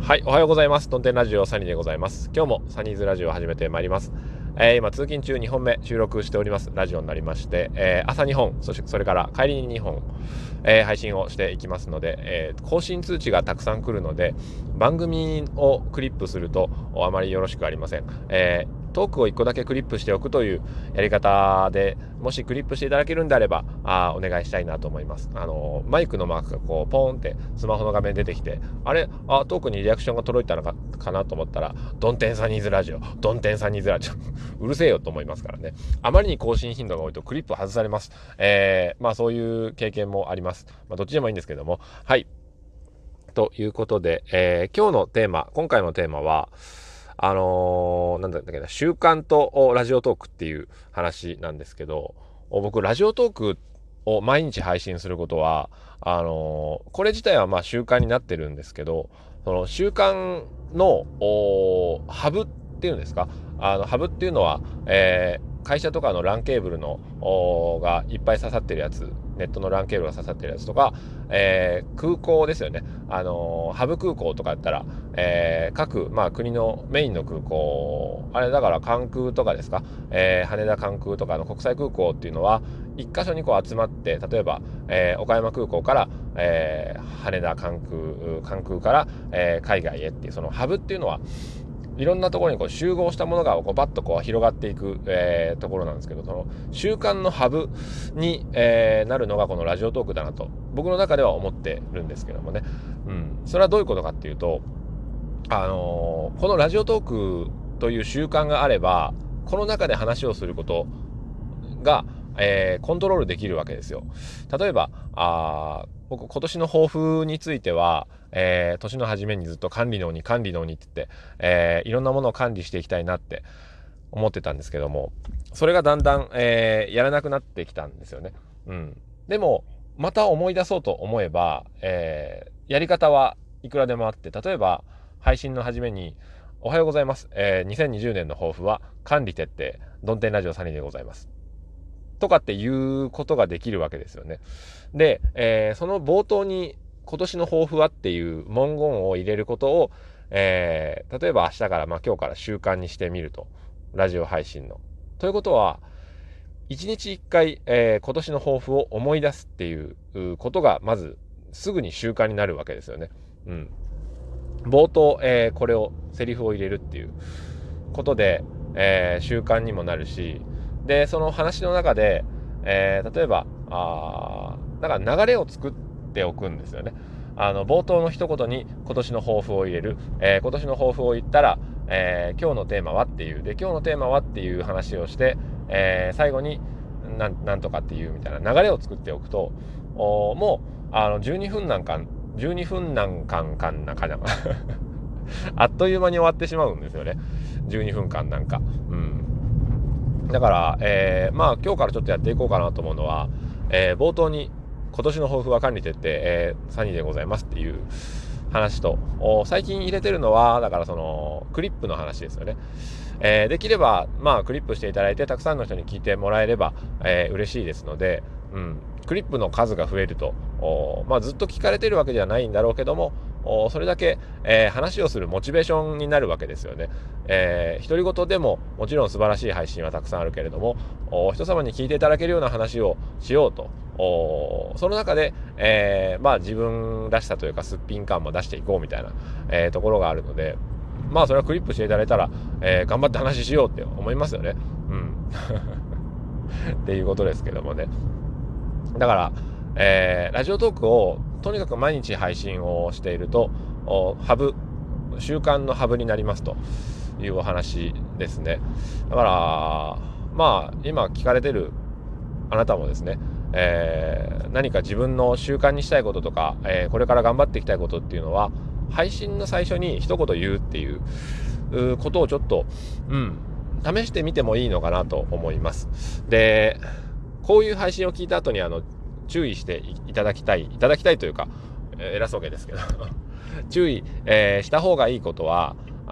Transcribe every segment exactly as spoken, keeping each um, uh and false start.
はい、おはようございます。トンテンラジオサニーでございます。今日もサニーズラジオを始めてまいります。えー、今通勤中にほんめ収録しておりますラジオになりまして、えー、朝にほん、そしてそれから帰りににほん、えー、配信をしていきますので、えー、更新通知がたくさん来るので、番組をクリップするとあまりよろしくありません。えートークをいっこだけクリップしておくというやり方で、もしクリップしていただけるんであればあお願いしたいなと思います。あのマイクのマークがこうポーンってスマホの画面に出てきて、あれあトークにリアクションが届いたのかかなと思ったら、ドンテンサニーズラジオドンテンサニーズラジオうるせえよと思いますからね。あまりに更新頻度が多いとクリップ外されます。えー、まあそういう経験もあります。まあどっちでもいいんですけども、はい、ということで、えー、今日のテーマ今回のテーマはあのー、なんだっけな、習慣とラジオトークっていう話なんですけど、僕ラジオトークを毎日配信することはあのー、これ自体はまあ習慣になってるんですけど、その習慣のハブっていうんですか、あのハブっていうのは、えー、会社とかのランケーブルのがいっぱい刺さってるやつ、ネットのランケーブルが刺さってるやつとか、えー、空港ですよね。あのー、ハブ空港とかやったら、えー、各、まあ、国のメインの空港、あれだから関空とかですか、えー、羽田関空とかの国際空港っていうのは一箇所にこう集まって、例えば、えー、岡山空港から、えー、羽田関空関空から、えー、海外へっていうそのハブっていうのはいろんなところにこう集合したものがこうバッとこう広がっていく、えー、ところなんですけど、その習慣のハブに、えー、なるのがこのラジオトークだなと僕の中では思ってるんですけどもね、うん、それはどういうことかっていうと、あのー、このラジオトークという習慣があれば、この中で話をすることが、えー、コントロールできるわけですよ。例えばあ僕今年の抱負については、えー、年の初めにずっと管理のに管理のにって言って、えー、いろんなものを管理していきたいなって思ってたんですけども、それがだんだん、えー、やらなくなってきたんですよね。うん、でもまた思い出そうと思えば、えー、やり方はいくらでもあって、例えば配信の初めにおはようございます、えー、にせんにじゅうねんの抱負は管理徹底ドンテンラジオサニーでございますとかっていうことができるわけですよね。で、えー、その冒頭に今年の抱負はっていう文言を入れることを、えー、例えば明日から、まあ今日から習慣にしてみると、ラジオ配信の。ということは、一日一回、えー、今年の抱負を思い出すっていうことが、まずすぐに習慣になるわけですよね。うん。冒頭、えー、これを、セリフを入れるっていうことで、えー、習慣にもなるし、でその話の中で、えー、例えばあだから流れを作っておくんですよね。あの冒頭の一言に今年の抱負を入れる、えー、今年の抱負を言ったら、えー、今日のテーマはっていうで今日のテーマはっていう話をして、えー、最後にな ん, なんとかっていうみたいな流れを作っておくと、おもうあのじゅうにふんなんかじゅうにふんなんかんかんなかなあっという間に終わってしまうんですよね、じゅうにふんかんなんか。うんだから、えー、まあ今日からちょっとやっていこうかなと思うのは、えー、冒頭に今年の抱負は管理徹底、えー、サニーでございますっていう話と、最近入れてるのはだからそのクリップの話ですよね。えー、できればまあクリップしていただいてたくさんの人に聞いてもらえれば、えー、嬉しいですので、うん、クリップの数が増えると、まあずっと聞かれてるわけではないんだろうけども、それだけ、えー、話をするモチベーションになるわけですよね。えー、独り言でももちろん素晴らしい配信はたくさんあるけれども、人様に聞いていただけるような話をしようと、その中で、えー、まあ自分らしさというかすっぴん感も出していこうみたいな、えー、ところがあるので、まあそれはクリップしていただいたら、えー、頑張って話しようって思いますよね。うんっていうことですけどもね。だから、えー、ラジオトークをとにかく毎日配信をしているとハブ習慣のハブになりますというお話ですね。だからまあ今聞かれてるあなたもですね、えー、何か自分の習慣にしたいこととか、えー、これから頑張っていきたいことっていうのは配信の最初に一言言うっていうことをちょっと、うん、試してみてもいいのかなと思います。でこういう配信を聞いた後にあの注意していただきたいいただきたいというか、えー、偉そうげですけど注意、えー、した方がいいことは、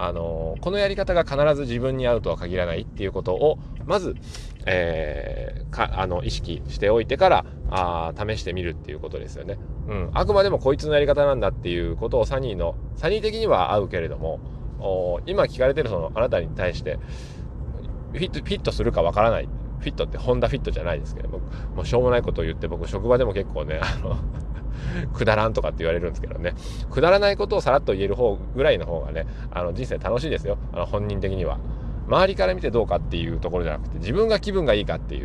あのこのやり方が必ず自分に合うとは限らないっていうことをまず、えー、かあの意識しておいてからあ試してみるっていうことですよね。うん、あくまでもこいつのやり方なんだっていうことをサニーのサニー的には合うけれども、今聞かれてるそのあなたに対してフィットフィットするかわからない。フィットってホンダフィットじゃないですけども、もうしょうもないことを言って、僕職場でも結構ねあのくだらんとかって言われるんですけどね、くだらないことをさらっと言える方ぐらいの方がね、あの人生楽しいですよ。あの本人的には周りから見てどうかっていうところじゃなくて、自分が気分がいいかっていう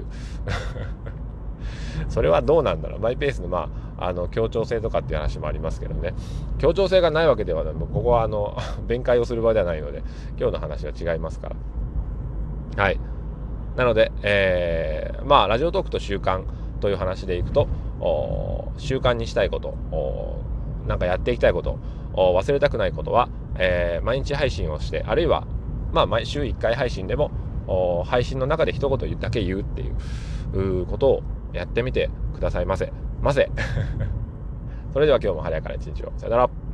それはどうなんだろう。マイペースのまああの協調性とかっていう話もありますけどね、協調性がないわけではない。ここはあの弁解をする場ではないので、今日の話は違いますから。はい。なので、えー、まあラジオトークと習慣という話でいくと、習慣にしたいこと、なんかやっていきたいこと、忘れたくないことは、えー、毎日配信をして、あるいはまあ毎週いっかい配信でも配信の中で一言だけ言うっていうことをやってみてくださいませませそれでは今日も晴れやかな一日を。さよなら。